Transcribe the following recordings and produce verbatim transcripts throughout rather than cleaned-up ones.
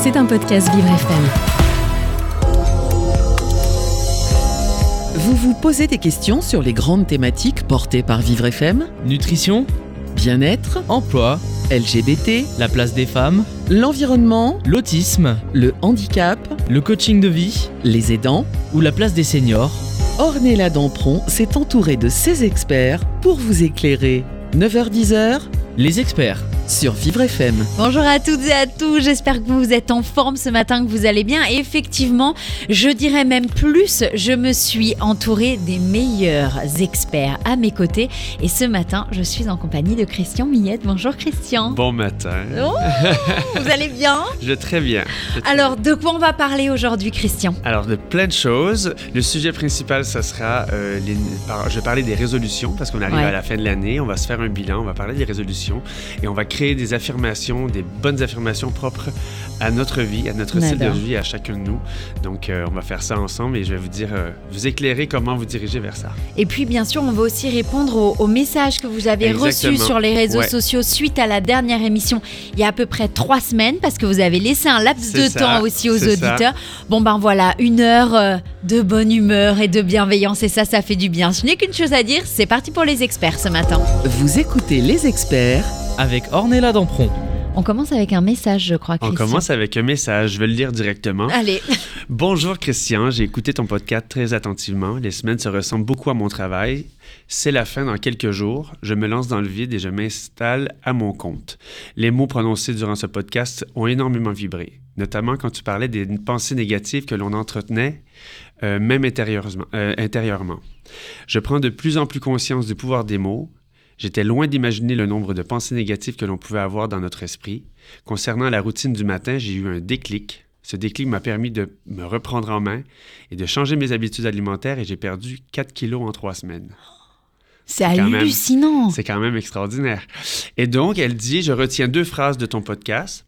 C'est un podcast Vivre F M. Vous vous posez des questions sur les grandes thématiques portées par Vivre F M ? Nutrition, Bien-être, emploi, L G B T, la place des femmes, l'environnement, l'autisme, le handicap, le coaching de vie les aidants. ou la place des seniors. Ornella Dampron s'est entourée de ses experts pour vous éclairer. neuf heures dix, Les experts. sur Vivre F M. Bonjour à toutes et à tous, j'espère que vous êtes en forme ce matin, que vous allez bien. Et effectivement, je dirais même plus, je me suis entourée des meilleurs experts à mes côtés. Et ce matin, je suis en compagnie de Christian Millette. Bonjour Christian. Bon matin. Oh, vous allez bien? Je vais très bien. Je vais très Alors, bien. de quoi on va parler aujourd'hui, Christian? Alors, de plein de choses. Le sujet principal, ça sera, euh, les, par, je vais parler des résolutions parce qu'on arrive Ouais. à la fin de l'année. On va se faire un bilan, on va parler des résolutions et on va créer des affirmations, des bonnes affirmations propres à notre vie, à notre style de J'adore. vie, à chacun de nous. Donc, euh, on va faire ça ensemble et je vais vous dire, euh, vous éclairer comment vous diriger vers ça. Et puis, bien sûr, on va aussi répondre aux, aux messages que vous avez Exactement. reçus sur les réseaux Ouais. sociaux suite à la dernière émission il y a à peu près trois semaines, parce que vous avez laissé un laps C'est de ça, temps aussi aux c'est ça. auditeurs. Bon ben voilà, une heure euh, de bonne humeur et de bienveillance, et ça, ça fait du bien. Je n'ai qu'une chose à dire, c'est parti pour les experts ce matin. Vous écoutez les experts Avec Ornella Dampron. On commence avec un message, je crois, On Christian. commence avec un message, je vais le lire directement. Allez. Bonjour Christian, j'ai écouté ton podcast très attentivement. Les semaines se ressemblent beaucoup à mon travail. C'est la fin dans quelques jours. Je me lance dans le vide et je m'installe à mon compte. Les mots prononcés durant ce podcast ont énormément vibré, notamment quand tu parlais des pensées négatives que l'on entretenait, euh, même intérieurement, euh, intérieurement. Je prends de plus en plus conscience du pouvoir des mots. J'étais loin d'imaginer le nombre de pensées négatives que l'on pouvait avoir dans notre esprit. Concernant la routine du matin, j'ai eu un déclic. Ce déclic m'a permis de me reprendre en main et de changer mes habitudes alimentaires et j'ai perdu quatre kilos en trois semaines. C'est quand même- hallucinant. C'est quand même extraordinaire. Et donc, elle dit, je retiens deux phrases de ton podcast.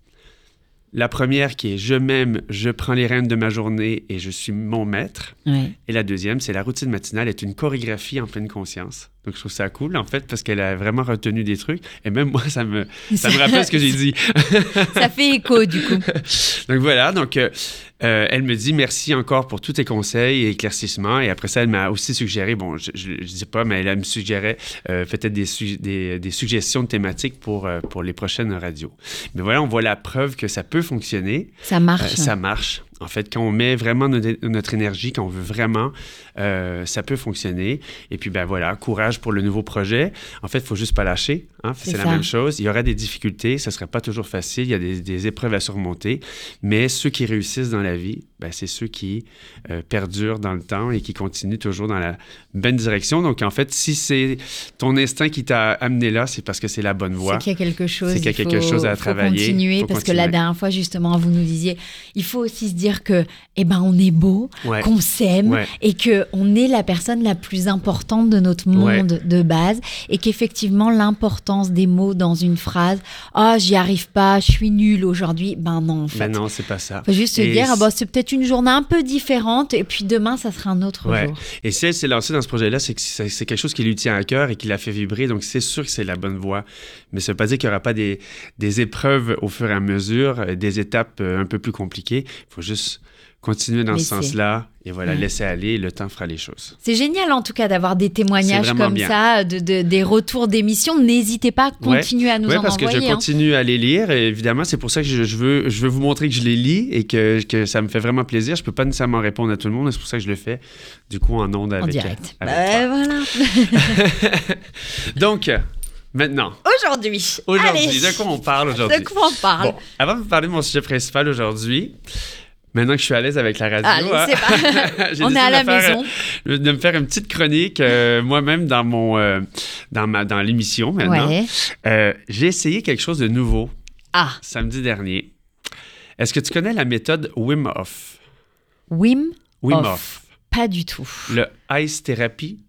La première qui est « Je m'aime, je prends les rênes de ma journée et je suis mon maître ». Ouais. Et la deuxième, c'est « La routine matinale est une chorégraphie en pleine conscience ». Donc, je trouve ça cool, en fait, parce qu'elle a vraiment retenu des trucs. Et même moi, ça me, ça me rappelle ce que j'ai dit. Ça fait écho, du coup. Donc, voilà. Donc, euh, euh, elle me dit merci encore pour tous tes conseils et éclaircissements. Et après ça, elle m'a aussi suggéré, bon, je ne sais pas, mais elle me suggérait euh, peut-être des, su- des, des suggestions de thématiques pour, euh, pour les prochaines radios. Mais voilà, on voit la preuve que ça peut fonctionner. Ça marche. Euh, ça marche. En fait, quand on met vraiment notre, notre énergie, quand on veut vraiment, euh, ça peut fonctionner. Et puis, ben voilà, courage pour le nouveau projet. En fait, il ne faut juste pas lâcher. Hein? C'est C'est la ça. même chose. Il y aura des difficultés. Ce ne sera pas toujours facile. Il y a des, des épreuves à surmonter. Mais ceux qui réussissent dans la vie, ben, c'est ceux qui euh, perdurent dans le temps et qui continuent toujours dans la bonne direction. Donc, en fait, si c'est ton instinct qui t'a amené là, c'est parce que c'est la bonne voie. C'est qu'il y a quelque chose. C'est qu'il y a il quelque faut- chose à faut travailler. Continuer, Faut parce que la continuer. dernière fois, justement, vous nous disiez, il faut aussi se dire que, eh ben, on est beau, Ouais. qu'on s'aime, Ouais. et que on est la personne la plus importante de notre monde de base, et qu'effectivement, l'importance des mots dans une phrase, ah, j'y arrive pas, je suis nulle aujourd'hui, ben non, en fait. Ben non, c'est pas ça. Faut juste se Et dire, ah, c- bah, c'est peut-être une journée un peu différente, et puis demain, ça sera un autre Ouais. jour. Et si elle s'est lancée dans ce projet-là, c'est que c'est c'est quelque chose qui lui tient à cœur et qui l'a fait vibrer. Donc, c'est sûr que c'est la bonne voie. Mais ça ne veut pas dire qu'il n'y aura pas des, des épreuves au fur et à mesure, euh, des étapes euh, un peu plus compliquées. Il faut juste continuer dans Laisser. ce sens-là et voilà, Ouais. laisser aller. Le temps fera les choses. C'est génial en tout cas d'avoir des témoignages C'est vraiment comme bien. ça, de, de- des retours d'émissions. N'hésitez pas à continuer à nous Oui, en parce que envoyer. je hein. continue à les lire. Et évidemment, c'est pour ça que je, je veux, je veux vous montrer que je les lis et que, que ça me fait vraiment plaisir. Je ne peux pas nécessairement répondre à tout le monde. C'est pour ça que je le fais, du coup, en ondes En avec, direct. avec Bah, voilà. toi. Donc, maintenant, Aujourd'hui. aujourd'hui, Allez. de quoi on parle aujourd'hui? De quoi on parle? Bon, avant de vous parler de mon sujet principal aujourd'hui, maintenant que je suis à l'aise avec la radio, Allez, hein, c'est pas... j'ai On est décidé à la de faire, maison. euh, de me faire une petite chronique euh, moi-même dans mon euh, dans ma dans l'émission maintenant. Ouais. Euh, j'ai essayé quelque chose de nouveau Ah, samedi dernier. Est-ce que tu connais la méthode Wim Hof? Wim Wim Hof. Hof. Pas du tout. Le ice therapy.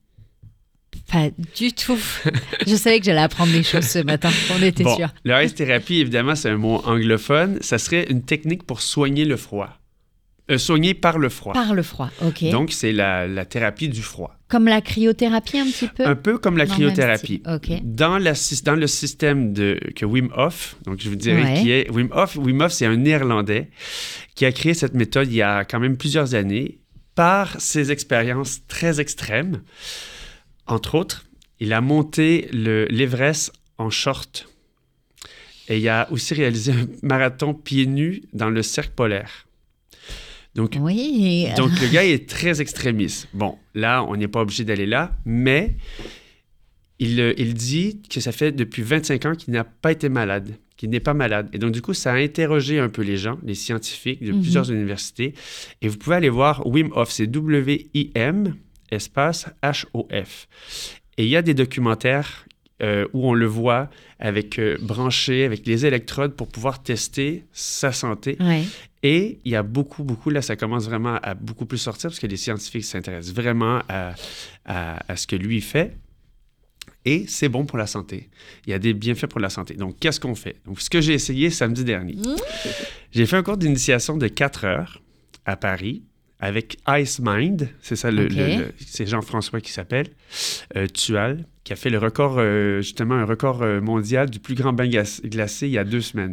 Pas du tout. Je savais que j'allais apprendre des choses ce matin. On était Bon, sûr. le ice therapy, évidemment, c'est un mot anglophone. Ça serait une technique pour soigner le froid. Euh, soigner par le froid. Par le froid, ok. Donc, c'est la, la thérapie du froid. Comme la cryothérapie un petit peu? Un peu comme la Dans cryothérapie. le même style, ok. Dans, la, dans le système de, que Wim Hof, donc je vous dirais Ouais. qui est Wim Hof. Wim Hof, c'est un Néerlandais qui a créé cette méthode il y a quand même plusieurs années par ses expériences très extrêmes. Entre autres, il a monté le, l'Everest en short. Et il a aussi réalisé un marathon pieds nus dans le cercle polaire. Donc, Oui. donc, le gars est très extrémiste. Bon, là, on n'est pas obligé d'aller là, mais il, euh, il dit que ça fait depuis vingt-cinq ans qu'il n'a pas été malade, qu'il n'est pas malade. Et donc, du coup, ça a interrogé un peu les gens, les scientifiques de Mhm. plusieurs universités. Et vous pouvez aller voir Wim Hof, c'est W I M, espace H O F. Et il y a des documentaires euh, où on le voit avec euh, branché, avec les électrodes pour pouvoir tester sa santé. Ouais. Et il y a beaucoup, beaucoup, là, ça commence vraiment à beaucoup plus sortir parce que les scientifiques s'intéressent vraiment à, à, à ce que lui fait. Et c'est bon pour la santé. Il y a des bienfaits pour la santé. Donc, qu'est-ce qu'on fait? Donc, ce que j'ai essayé samedi dernier, Mmh. j'ai fait un cours d'initiation de quatre heures à Paris avec Ice Mind. C'est ça, le, OK. le- le- c'est Jean-François qui s'appelle, euh, Tual, qui a fait le record, euh, justement, un record euh, mondial du plus grand bain glac- glacé il y a deux semaines.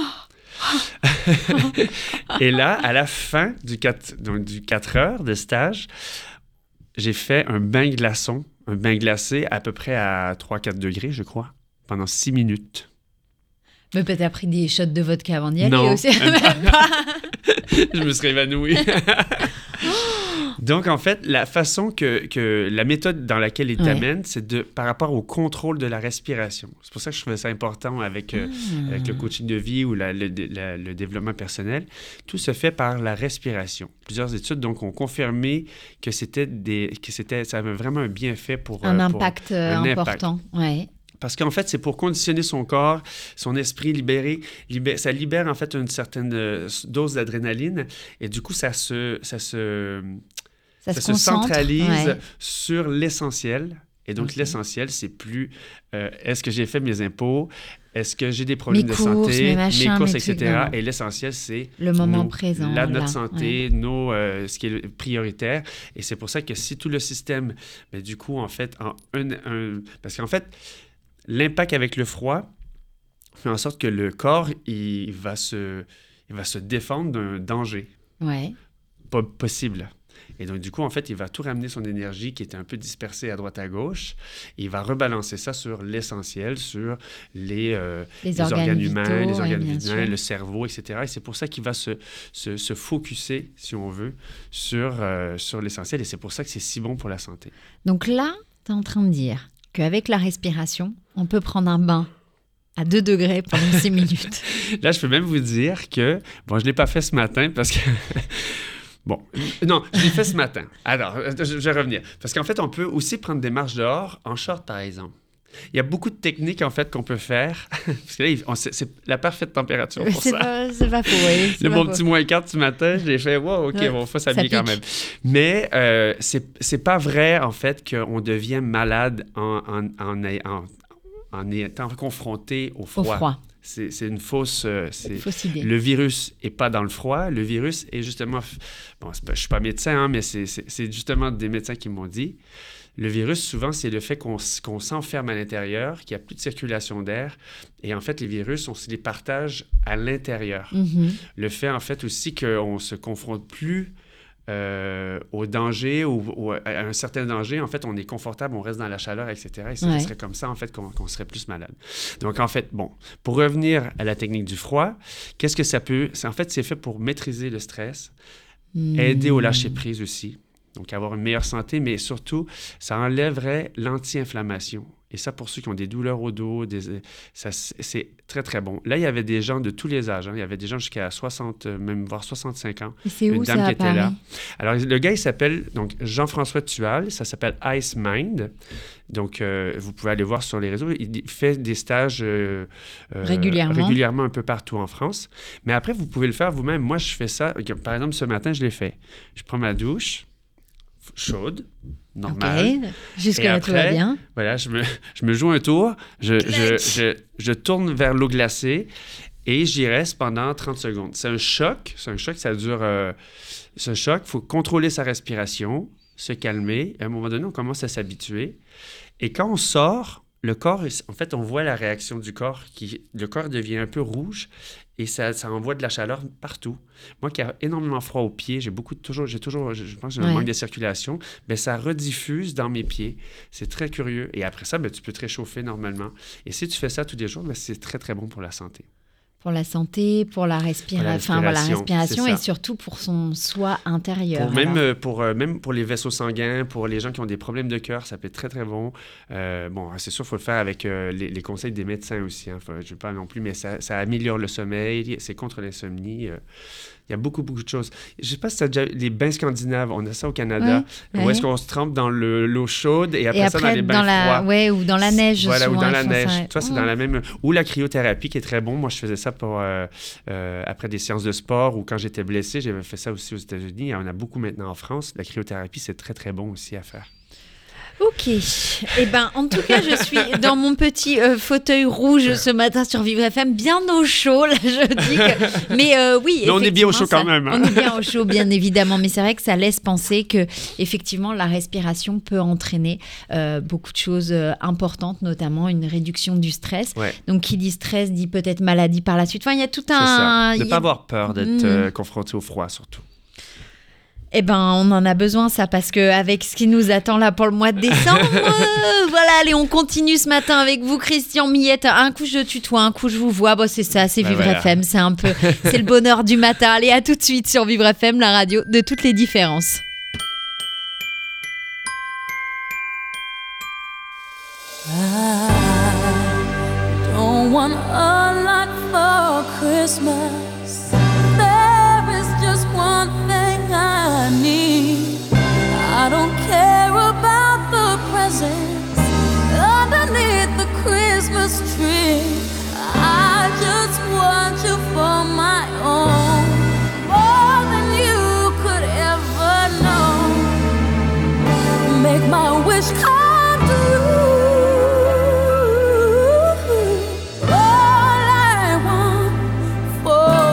Et là, à la fin du quatre, donc du quatre heures de stage, j'ai fait un bain glaçon, un bain glacé à peu près à trois à quatre degrés, je crois, pendant six minutes. Mais peut-être t'as pris des shots de vodka avant d'y aller Non, aussi. même pas. Même pas. Je me serais évanoui. Donc, en fait, la façon que, que la méthode dans laquelle il Ouais. t'amène, c'est de par rapport au contrôle de la respiration. C'est pour ça que je trouvais ça important avec, euh, Ah. avec le coaching de vie ou la- le, la- le développement personnel. Tout se fait par la respiration. Plusieurs études donc ont confirmé que c'était des que c'était ça avait vraiment un bienfait pour Un euh, pour- impact euh, un impact. important. Ouais. Parce qu'en fait, c'est pour conditionner son corps, son esprit, libérer, libé- ça libère en fait une certaine euh, dose d'adrénaline et du coup, ça se, ça se, Ça, ça se se concentre. centralise Ouais. sur l'essentiel. Et donc, Ok. l'essentiel, c'est plus euh, est-ce que j'ai fait mes impôts, est-ce que j'ai des problèmes Mes de courses, santé, mes machins, courses, mes et cetera. trucs, non. Et l'essentiel, c'est Le moment nos- présent. la, là, notre santé, ouais. nos, euh, ce qui est prioritaire. Et c'est pour ça que si tout le système, ben, du coup, en fait, en un, un- parce qu'en fait, l'impact avec le froid fait en sorte que le corps, il va se, il va se défendre d'un danger Ouais. pas possible. Et donc, du coup, en fait, il va tout ramener son énergie qui était un peu dispersée à droite à gauche. Et il va rebalancer ça sur l'essentiel, sur les, euh, Les, les organes, organes humains, vitaux, les ouais, organes bien humains, sûr. le cerveau, et cetera. Et c'est pour ça qu'il va se, se, se focuser, si on veut, sur, euh, sur l'essentiel. Et c'est pour ça que c'est si bon pour la santé. Donc là, tu es en train de dire qu'avec la respiration, on peut prendre un bain à deux degrés pendant six minutes. Là, je peux même vous dire que, bon, je ne l'ai pas fait ce matin parce que... Bon, non, je l'ai fait ce matin. Alors, je, je vais revenir. Parce qu'en fait, on peut aussi prendre des marches dehors en short, par exemple. Il y a beaucoup de techniques, en fait, qu'on peut faire. Parce que là, il- on- c'est c'est la parfaite température pour C'est ça. pas, c'est pas faux, oui. c'est Le pas bon faux. petit moins quatre ce matin, j'ai fait, wow, OK, Ouais, bon, faut ça s'habiller quand pique. même. Mais euh, c'est c'est pas vrai, en fait, qu'on devient malade en, en, en, en, en étant confronté au Au froid. froid. C'est c'est une fausse... euh, c'est- Fausse idée. le virus n'est pas dans le froid. Le virus est justement... Bon, c'est pas- je ne suis pas médecin, hein, mais c'est- c'est c'est justement des médecins qui m'ont dit. Le virus, souvent, c'est le fait qu'on s- qu'on s'enferme à l'intérieur, qu'il n'y a plus de circulation d'air. Et en fait, les virus, on se les partage à l'intérieur. Mhm. Le fait, en fait, aussi qu'on ne se confronte plus euh, au danger ou, ou à un certain danger. En fait, on est confortable, on reste dans la chaleur, et cetera. Et ce Ouais. serait comme ça, en fait, qu'on qu'on serait plus malade. Donc, en fait, bon, pour revenir à la technique du froid, qu'est-ce que ça peut... c'est- En fait, c'est fait pour maîtriser le stress, aider au Hmm. lâcher-prise aussi, donc avoir une meilleure santé, mais surtout, ça enlèverait l'anti-inflammation. Et ça, pour ceux qui ont des douleurs au dos, des, ça, c'est très, très bon. Là, il y avait des gens de tous les âges. Hein. Il y avait des gens jusqu'à soixante, même voire soixante-cinq ans. Et c'est Une où dame ça qui à était Paris? là. Alors, le gars, il s'appelle donc Jean-François Tual. Ça s'appelle Ice Mind. Donc, euh, vous pouvez aller voir sur les réseaux. Il fait des stages euh, euh, Régulièrement. régulièrement un peu partout en France. Mais après, vous pouvez le faire vous-même. Moi, je fais ça. Par exemple, ce matin, je l'ai fait. Je prends ma douche chaude, normale. Ok. Jusque-là, Et tout va après, bien. Voilà, je me, je me joue un tour, je, je, je, je tourne vers l'eau glacée Et j'y reste pendant trente secondes. C'est un choc. C'est un choc, ça dure... Euh, c'est un choc, il faut contrôler sa respiration, se calmer. À un moment donné, on commence à s'habituer. Et quand on sort, le corps, en fait, on voit la réaction du corps. Qui, le corps devient un peu rouge et ça, ça envoie de la chaleur partout. Moi qui ai énormément froid aux pieds, j'ai beaucoup de, toujours, j'ai toujours, je pense que j'ai un Ouais. manque de circulation, ben ça rediffuse dans mes pieds. C'est très curieux. Et après ça, ben, tu peux te réchauffer normalement. Et si tu fais ça tous les jours, ben, c'est très, très bon pour la santé. Pour la santé, pour la, respira- Pour la enfin, voilà, respiration, respiration c'est et ça. surtout pour son soi intérieur. Pour même, alors. euh, pour, euh, même pour les vaisseaux sanguins, pour les gens qui ont des problèmes de cœur, ça peut être très, très bon. Euh, bon, c'est sûr, il faut le faire avec euh, les, les conseils des médecins aussi. Hein. Faut, je ne veux pas non plus, mais ça, ça améliore le sommeil, c'est contre l'insomnie. Euh, il y a beaucoup, beaucoup de choses. Je ne sais pas si tu as déjà... Les bains scandinaves, on a ça au Canada, Ouais, où ouais. est-ce qu'on se trempe dans le, l'eau chaude et après, Et ça après, dans les bains la, froids. ouais, ou dans la neige. Voilà, ou souvent, dans ils la font neige. ça. Toi, c'est Mmh. dans la même... Ou la cryothérapie qui est très bon. Moi, je faisais ça pour euh, euh, après des séances de sport ou quand j'étais blessé. J'avais fait ça aussi aux États-Unis. Il y en a beaucoup maintenant en France. La cryothérapie, c'est très, très bon aussi à faire. Ok. Eh ben, en tout cas, je suis dans mon petit euh, fauteuil rouge ce matin sur Vivre F M, bien au chaud, là, je dis que... Mais euh, oui, Mais on est bien au chaud effectivement, quand ça- même, hein. On est bien au chaud, bien évidemment. Mais c'est vrai que ça laisse penser que, effectivement, la respiration peut entraîner euh, beaucoup de choses euh, importantes, notamment une réduction du stress. Ouais. Donc, qui dit stress dit peut-être maladie par la suite. Enfin, il y a tout C'est un... ça. il Ne y a- pas avoir peur d'être Mmh. euh, confronté au froid, surtout. Eh ben, on en a besoin, ça, parce qu'avec ce qui nous attend là pour le mois de décembre, euh, voilà, allez, on continue ce matin avec vous, Christian Millette. Un coup, je tutoie, un coup, je vous vois. Bon, c'est ça, c'est Ben Vivre voilà. F M, c'est un peu, c'est le bonheur du matin. Allez, à tout de suite sur Vivre F M, la radio de toutes les différences. I don't want a lot for Christmas. There is just one thing I need. I don't care about the presents underneath the Christmas tree. I just want you for my own, more than you could ever know. Make my wish come true. All I want for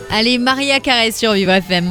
Allez, Maria Carré sur Vivre F M.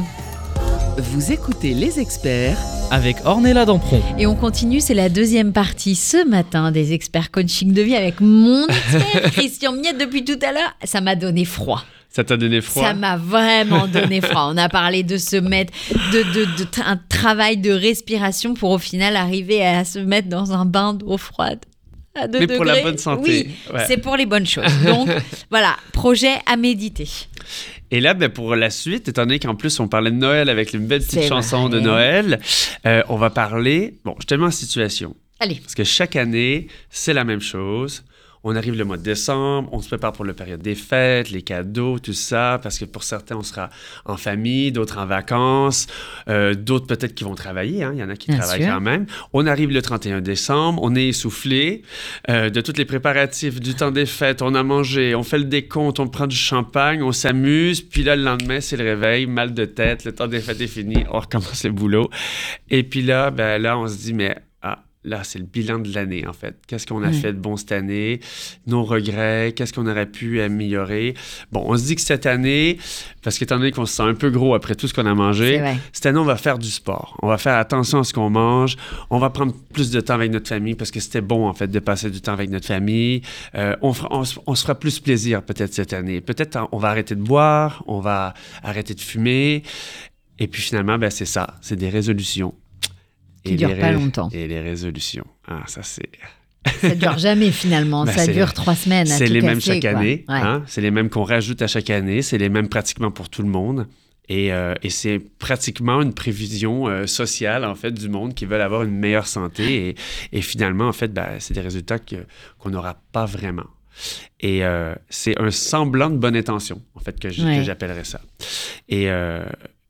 Vous écoutez Les Experts Avec Ornella Dampron. Et on continue, c'est la deuxième partie ce matin des experts coaching de vie avec mon expert Christian Miette. Depuis tout à l'heure, ça m'a donné froid. Ça t'a donné froid? Ça m'a vraiment donné froid. On a parlé de se mettre, de, de, de, de un travail de respiration pour au final arriver à se mettre dans un bain d'eau froide. À deux Mais degrés. pour la bonne santé. Oui, Ouais. c'est pour les bonnes choses. Donc voilà, projet à méditer. Et là, ben, pour la suite, étant donné qu'en plus, on parlait de Noël avec une belle petite C'est chanson vrai. de Noël, euh, on va parler... Bon, je te mets en situation. Allez. Parce que chaque année, c'est la même chose. On arrive le mois de décembre, on se prépare pour la période des fêtes, les cadeaux, tout ça, parce que pour certains, on sera en famille, d'autres en vacances, euh, d'autres peut-être qui vont travailler, hein, il y en a qui Bien travaillent sûr. quand même. On arrive le trente et un décembre, on est essoufflé euh, de tous les préparatifs, du temps des fêtes, on a mangé, on fait le décompte, on prend du champagne, on s'amuse, puis là, le lendemain, c'est le réveil, mal de tête, le temps des fêtes est fini, on recommence le boulot. Et puis là, ben là, on se dit, mais... ah, là, c'est le bilan de l'année, en fait. Qu'est-ce qu'on a Ouais. fait de bon cette année? Nos regrets? Qu'est-ce qu'on aurait pu améliorer? Bon, on se dit que cette année, parce qu'étant donné qu'on se sent un peu gros après tout ce qu'on a C'est mangé, vrai. cette année, on va faire du sport. On va faire attention à ce qu'on mange. On va prendre plus de temps avec notre famille parce que c'était bon, en fait, de passer du temps avec notre famille. Euh, on, fera- on se- on se fera plus plaisir, peut-être, cette année. Peut-être hein, on va arrêter de boire, on va arrêter de fumer. Et puis, finalement, ben, c'est ça. C'est des résolutions. Qui durent les pas ré- longtemps. Et les résolutions. Ah, ça, c'est... Ça dure jamais finalement. Ben, ça c'est- dure trois semaines. à C'est tout les mêmes casser, chaque quoi. année. Ouais. Hein? C'est les mêmes qu'on rajoute à chaque année. C'est les mêmes pratiquement pour tout le monde. Et, euh, et c'est pratiquement une prévision euh, sociale, en fait, du monde qui veulent avoir une meilleure santé. Et, et finalement, en fait, ben, c'est des résultats que, qu'on n'aura pas vraiment. Et euh, c'est un semblant de bonne intention, en fait, que, je- Ouais. que j'appellerais ça. Et... euh,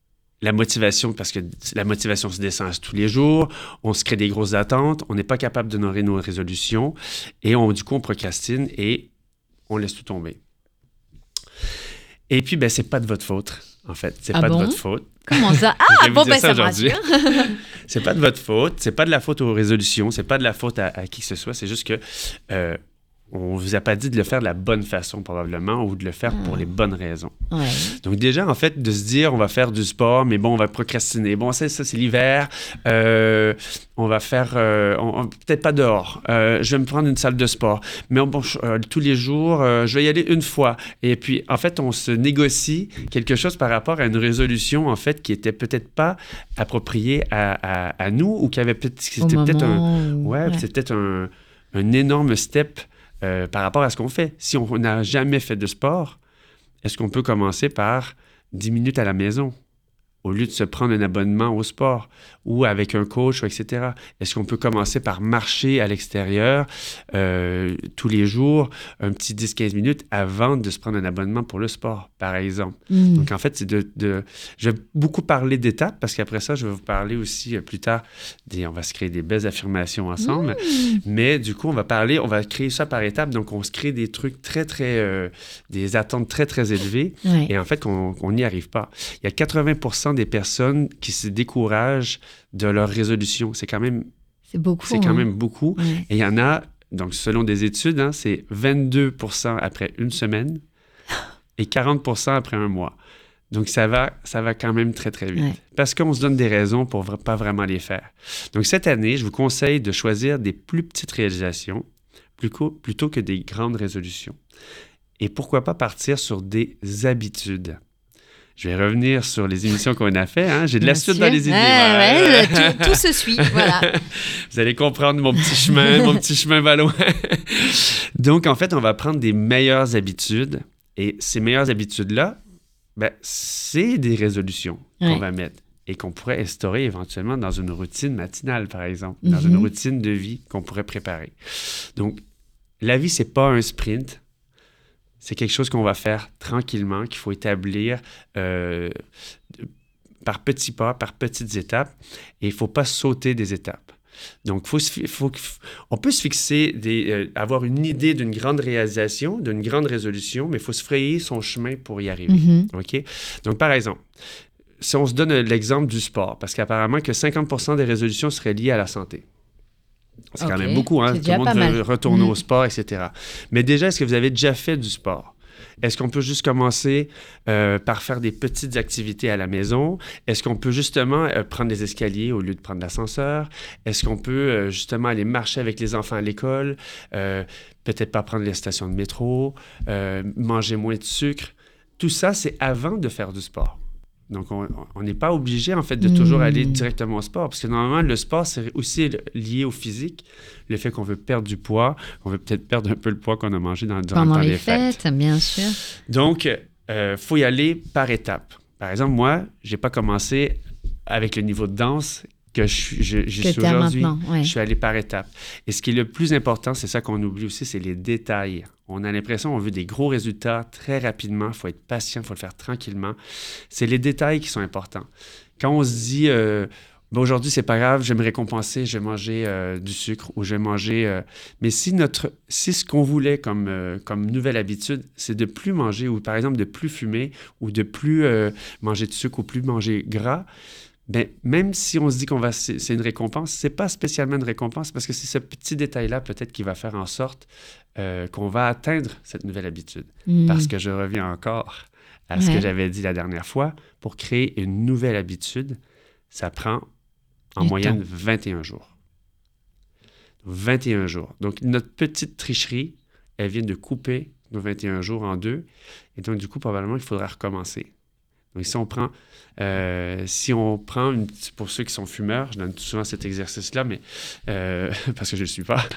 la motivation, parce que la motivation se descend tous les jours, on se crée des grosses attentes, on n'est pas capable d'honorer nos résolutions et on, du coup, on procrastine et on laisse tout tomber. Et puis, ben, c'est pas de votre faute, en fait. C'est Ah pas bon? de votre faute. Comment ça? Je Ah vais bon, vous dire ben ça me aujourd'hui. rassure. C'est pas de votre faute, c'est pas de la faute aux résolutions, c'est pas de la faute à, à qui que ce soit, c'est juste que euh, on vous a pas dit de le faire de la bonne façon, probablement, ou de le faire pour les bonnes raisons. Ouais. Donc déjà, en fait, de se dire, on va faire du sport, mais bon, on va procrastiner. Bon, c'est ça, c'est l'hiver. Euh, on va faire, euh, on- on- peut-être pas dehors. Euh, je vais me prendre une salle de sport. Mais bon, je- euh, tous les jours, euh, je vais y aller une fois. Et puis, en fait, on se négocie quelque chose par rapport à une résolution, en fait, qui était peut-être pas appropriée à, à- à nous ou qui avait peut-être, Au c'était peut-être un, moment où- ouais, ouais. c'est peut-être un, un énorme step euh, par rapport à ce qu'on fait. Si on n'a jamais fait de sport, est-ce qu'on peut commencer par dix minutes à la maison au lieu de se prendre un abonnement au sport ou avec un coach, et cetera? Est-ce qu'on peut commencer par marcher à l'extérieur euh, tous les jours, un petit dix à quinze minutes avant de se prendre un abonnement pour le sport, par exemple? Mm. Donc, en fait, c'est de, de... Je vais beaucoup parler d'étapes parce qu'après ça, je vais vous parler aussi euh, plus tard des... On va se créer des belles affirmations ensemble. Mais du coup, on va parler, on va créer ça par étapes. Donc, on se crée des trucs très, très... euh, des attentes très, très élevées. Ouais. Et en fait, qu'on qu'on n'y arrive pas. Il y a quatre-vingts pour cent des personnes qui se découragent de leur résolution. C'est quand même, C'est beaucoup. c'est quand hein. même beaucoup. Ouais. Et il y en a, donc selon des études, hein, c'est vingt-deux pour cent après une semaine et quarante pour cent après un mois. Donc, ça va, ça va quand même très, très vite. Ouais. Parce qu'on se donne des raisons pour vra- pas vraiment les faire. Donc, cette année, je vous conseille de choisir des plus petites réalisations plutôt, plutôt que des grandes résolutions. Et pourquoi pas partir sur des habitudes. Je vais revenir sur les émissions qu'on a fait. Hein? J'ai de la Bien suite sûr. dans les idées. Ouais, voilà. ouais, tout, tout se suit. Voilà. Vous allez comprendre mon petit chemin, mon petit chemin va loin. Donc, en fait, on va prendre des meilleures habitudes. Et ces meilleures habitudes-là, ben, c'est des résolutions qu'on Ouais. va mettre et qu'on pourrait instaurer éventuellement dans une routine matinale, par exemple, dans Mhm. une routine de vie qu'on pourrait préparer. Donc, la vie, c'est pas un sprint. C'est quelque chose qu'on va faire tranquillement, qu'il faut établir euh, par petits pas, par petites étapes. Et il ne faut pas sauter des étapes. Donc, faut se fi- faut, que- on peut se fixer, des, euh, avoir une idée d'une grande réalisation, d'une grande résolution, mais il faut se frayer son chemin pour y arriver. Mhm. OK? Donc, par exemple, si on se donne euh, l'exemple du sport, parce qu'apparemment que cinquante pour cent des résolutions seraient liées à la santé. C'est quand OK. même beaucoup, hein? C'est Tout déjà le pas monde veut mal. retourner Mm. au sport, et cetera. Mais déjà, est-ce que vous avez déjà fait du sport? Est-ce qu'on peut juste commencer euh, par faire des petites activités à la maison? Est-ce qu'on peut justement euh, prendre les escaliers au lieu de prendre l'ascenseur? Est-ce qu'on peut euh, justement aller marcher avec les enfants à l'école? Euh, peut-être pas prendre les stations de métro, euh, manger moins de sucre. Tout ça, c'est avant de faire du sport. Donc, on n'est pas obligé, en fait, de toujours mmh. aller directement au sport. Parce que normalement, le sport, c'est aussi lié au physique. Le fait qu'on veut perdre du poids, qu'on veut peut-être perdre un peu le poids qu'on a mangé dans, durant pendant le temps les des fêtes. fêtes, bien sûr. Donc, il euh, faut y aller par étapes. Par exemple, moi, je n'ai pas commencé avec le niveau de danse que je, je, je que suis aujourd'hui. Ouais. Je suis allé par étapes. Et ce qui est le plus important, c'est ça qu'on oublie aussi, c'est les détails. On a l'impression qu'on veut des gros résultats très rapidement. Il faut être patient, il faut le faire tranquillement. C'est les détails qui sont importants. Quand on se dit, euh, ben aujourd'hui, c'est pas grave, je vais me récompenser, je vais manger euh, du sucre ou je vais manger... Euh... Mais si, notre, si ce qu'on voulait comme, euh, comme nouvelle habitude, c'est de plus manger ou par exemple de plus fumer ou de plus euh, manger de sucre ou plus manger gras, ben, même si on se dit qu'on va, c'est, c'est une récompense, c'est pas spécialement une récompense parce que c'est ce petit détail-là peut-être qui va faire en sorte euh, qu'on va atteindre cette nouvelle habitude. Mmh. Parce que je reviens encore à ce ouais. que j'avais dit la dernière fois. Pour créer une nouvelle habitude, ça prend en du moyenne temps. vingt et un jours. vingt et un jours. Donc, notre petite tricherie, elle vient de couper nos vingt et un jours en deux. Et donc, du coup, probablement, il faudra recommencer. Donc, si on prend, euh, si on prend une, pour ceux qui sont fumeurs, je donne souvent cet exercice-là, mais euh, parce que je ne le suis pas.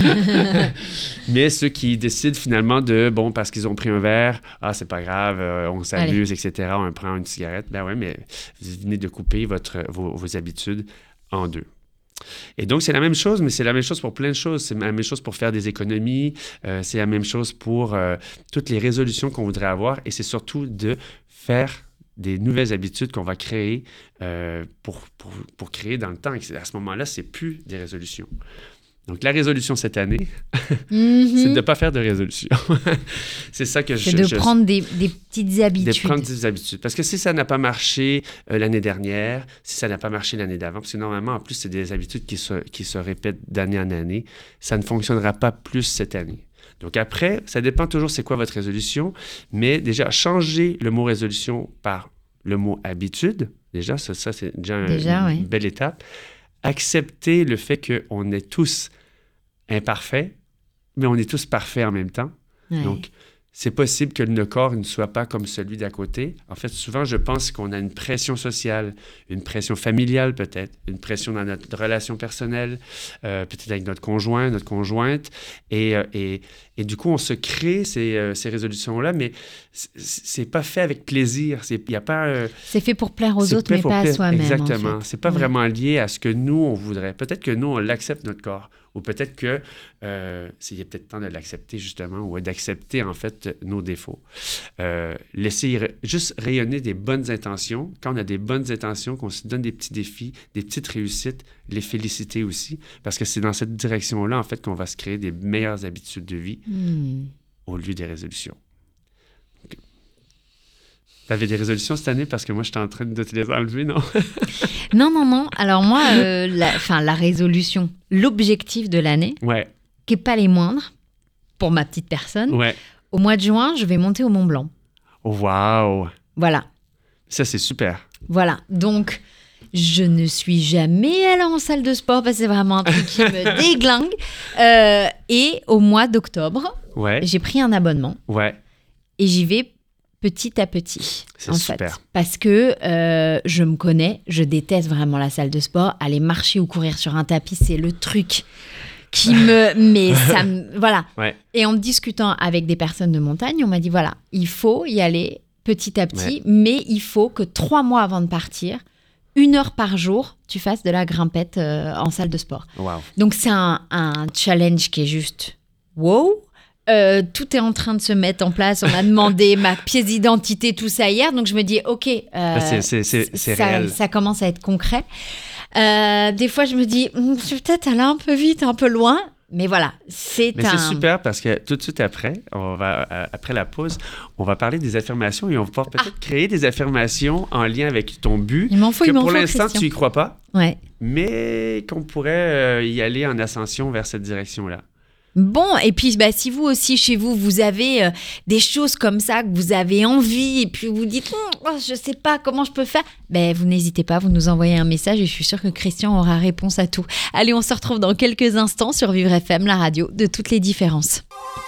Mais ceux qui décident finalement de, bon, parce qu'ils ont pris un verre, ah, c'est pas grave, euh, on s'amuse, Allez. et cetera, on prend une cigarette. Ben oui, mais vous venez de couper votre, vos, vos habitudes en deux. Et donc, c'est la même chose, mais c'est la même chose pour plein de choses. C'est la même chose pour faire des économies, euh, c'est la même chose pour euh, toutes les résolutions qu'on voudrait avoir, et c'est surtout de faire des nouvelles habitudes qu'on va créer euh, pour, pour, pour créer dans le temps. Et à ce moment-là, c'est plus des résolutions. Donc, la résolution cette année, mm-hmm. c'est de ne pas faire de résolution. C'est ça que c'est je... C'est de je, prendre des, des petites habitudes. De prendre des habitudes. Parce que si ça n'a pas marché euh, l'année dernière, si ça n'a pas marché l'année d'avant, parce que normalement, en plus, c'est des habitudes qui se, qui se répètent d'année en année, ça ne fonctionnera pas plus cette année. Donc après, ça dépend toujours c'est quoi votre résolution, mais déjà, changer le mot résolution par le mot habitude, déjà, ça, ça c'est déjà, déjà une, oui. une belle étape. Accepter le fait qu'on est tous imparfaits, mais on est tous parfaits en même temps. Ouais. Donc, c'est possible que notre corps ne soit pas comme celui d'à côté. En fait, souvent, je pense qu'on a une pression sociale, une pression familiale peut-être, une pression dans notre relation personnelle, euh, peut-être avec notre conjoint, notre conjointe. Et, euh, et, et du coup, on se crée ces, euh, ces résolutions-là, mais c'est pas fait avec plaisir. C'est, y a pas, euh, c'est fait pour plaire aux autres, mais pas plaire. à soi-même. Exactement. En fait. C'est pas ouais. vraiment lié à ce que nous, on voudrait. Peut-être que nous, on l'accepte, notre corps. Ou peut-être que euh, il est peut-être temps de l'accepter, justement, ou d'accepter, en fait, nos défauts. Euh, laisser r- juste rayonner des bonnes intentions. Quand on a des bonnes intentions, qu'on se donne des petits défis, des petites réussites, les féliciter aussi, parce que c'est dans cette direction-là, en fait, qu'on va se créer des meilleures habitudes de vie mmh. au lieu des résolutions. Okay. T'avais des résolutions cette année? Parce que moi, j'étais en train de te les enlever, non? Non, non, non. Alors moi, euh, la, la résolution, l'objectif de l'année, ouais. qui n'est pas les moindres, pour ma petite personne, ouais. au mois de juin, je vais monter au Mont Blanc. Waouh! Voilà. Ça, c'est super. Voilà. Donc, je ne suis jamais allée en salle de sport parce que c'est vraiment un truc qui me déglingue. Euh, et au mois d'octobre, ouais. j'ai pris un abonnement. Ouais. Et j'y vais petit à petit, c'est en super. fait. Parce que euh, je me connais, je déteste vraiment la salle de sport. Aller marcher ou courir sur un tapis, c'est le truc qui me... Mais ça me... Voilà. Ouais. Et en discutant avec des personnes de montagne, on m'a dit, voilà, il faut y aller petit à petit, ouais. mais il faut que trois mois avant de partir, une heure par jour, tu fasses de la grimpette euh, en salle de sport. Wow. Donc, c'est un, un challenge qui est juste wow. Euh, tout est en train de se mettre en place. On m'a demandé ma pièce d'identité, tout ça hier. Donc, je me dis, OK, euh, c'est, c'est, c'est, c'est ça, réel. Ça commence à être concret. Euh, des fois, je me dis, je vais peut-être aller un peu vite, un peu loin. Mais voilà, c'est Mais un... c'est super parce que tout de suite après, on va, euh, après la pause, on va parler des affirmations et on va pouvoir peut-être ah. créer des affirmations en lien avec ton but. Il m'en faut, que il m'en pour faut, l'instant, Christian. tu y crois pas, ouais. mais qu'on pourrait euh, y aller en ascension vers cette direction-là. Bon, et puis bah, si vous aussi chez vous, vous avez euh, des choses comme ça que vous avez envie et puis vous dites oh, je sais pas comment je peux faire, ben vous n'hésitez pas, vous nous envoyez un message et je suis sûre que Christian aura réponse à tout. Allez, on se retrouve dans quelques instants sur Vivre F M, la radio de toutes les différences.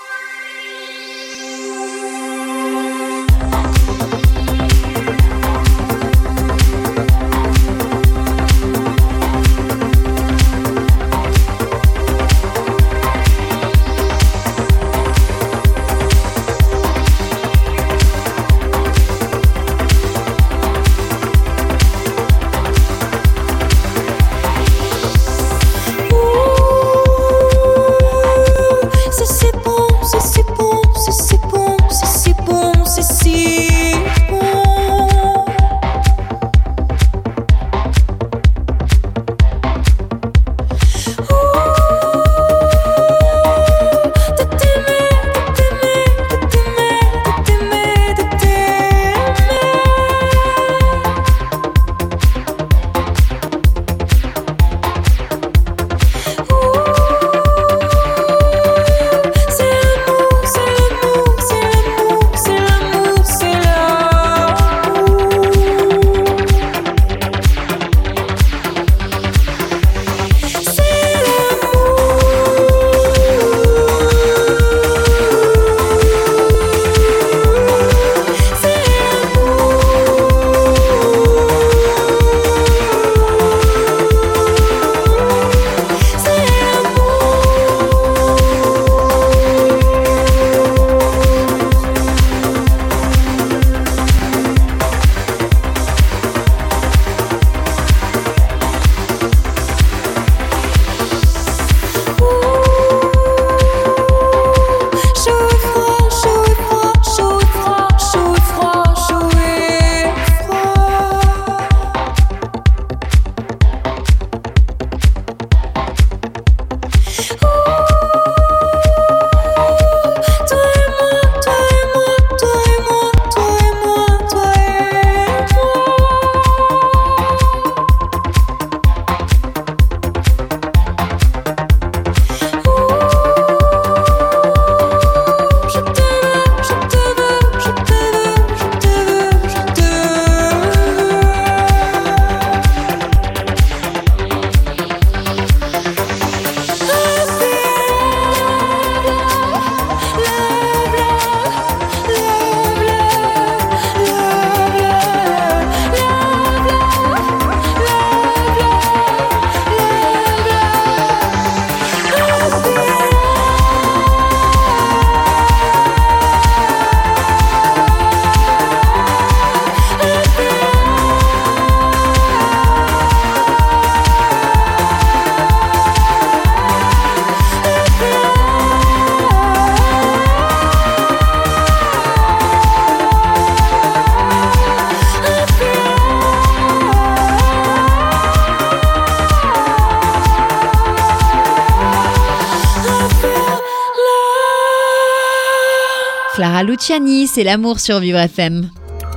Clara Luciani, c'est l'amour sur Vivre F M.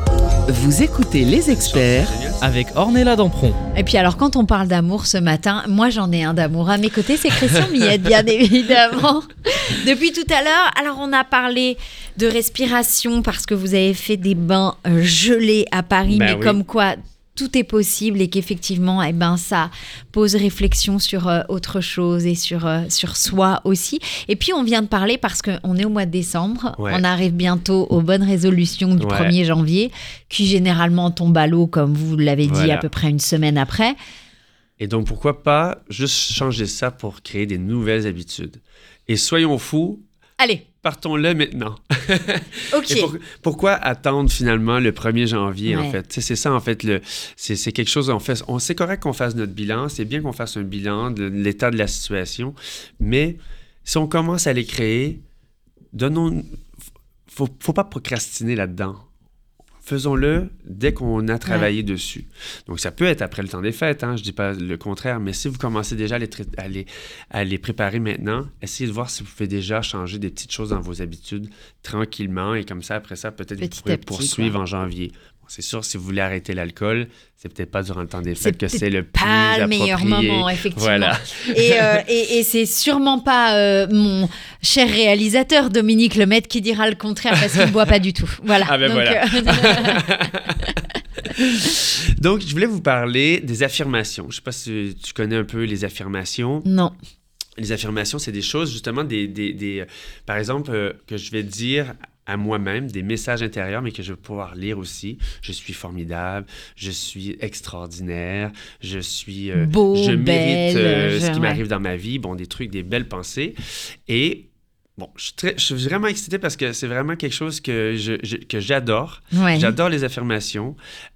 Vous écoutez Les Experts avec Ornella Dampron. Et puis alors, quand on parle d'amour ce matin, moi j'en ai un d'amour. À mes côtés, c'est Christian Millette, bien évidemment. Depuis tout à l'heure, alors on a parlé de respiration parce que vous avez fait des bains gelés à Paris, Ben mais oui. comme quoi tout est possible et qu'effectivement, eh ben, ça pose réflexion sur euh, autre chose et sur, euh, sur soi aussi. Et puis, on vient de parler parce qu'on est au mois de décembre. Ouais. On arrive bientôt aux bonnes résolutions du Ouais. premier janvier, qui généralement tombent à l'eau, comme vous l'avez dit, Voilà. à peu près une semaine après. Et donc, pourquoi pas juste changer ça pour créer des nouvelles habitudes? Et soyons fous, Allez, partons-le maintenant. ok. Et pour- pourquoi attendre finalement le premier janvier, en Ouais. fait? Tu sais, c'est ça, en fait, le, c'est, c'est quelque chose, on fait, on, c'est correct qu'on fasse notre bilan, c'est bien qu'on fasse un bilan de l'état de la situation, mais si on commence à les créer, donnons... Faut, faut pas procrastiner là-dedans. Faisons-le dès qu'on a travaillé dessus. Donc, ça peut être après le temps des fêtes, hein, je dis pas le contraire, mais si vous commencez déjà à les, tra- à les, à les préparer maintenant, essayez de voir si vous pouvez déjà changer des petites choses dans vos habitudes tranquillement et comme ça, après ça, peut-être Petit vous pourrez à petit, poursuivre quoi. en janvier. Bon, c'est sûr, si vous voulez arrêter l'alcool, c'est peut-être pas durant le temps des C'est fêtes que c'est le plus pas le approprié. meilleur moment, effectivement. Voilà. Et, euh, et, et c'est sûrement pas euh, mon cher réalisateur Dominique Lemaitre qui dira le contraire parce qu'il ne boit pas du tout. Voilà. Ah ben Donc, voilà. euh, Donc, je voulais vous parler des affirmations. Je sais pas si tu connais un peu les affirmations. non. Les affirmations, c'est des choses, justement, des, des, des, par exemple, euh, que je vais dire à moi-même, des messages intérieurs, mais que je vais pouvoir lire aussi. Je suis formidable, je suis extraordinaire, je suis... euh, Beau, je mérite euh, belle, ce qui ouais. m'arrive dans ma vie. Bon, des trucs, des belles pensées. Et... Bon, je suis, très, je suis vraiment excité parce que c'est vraiment quelque chose que, je, je- que j'adore. Ouais. J'adore les affirmations.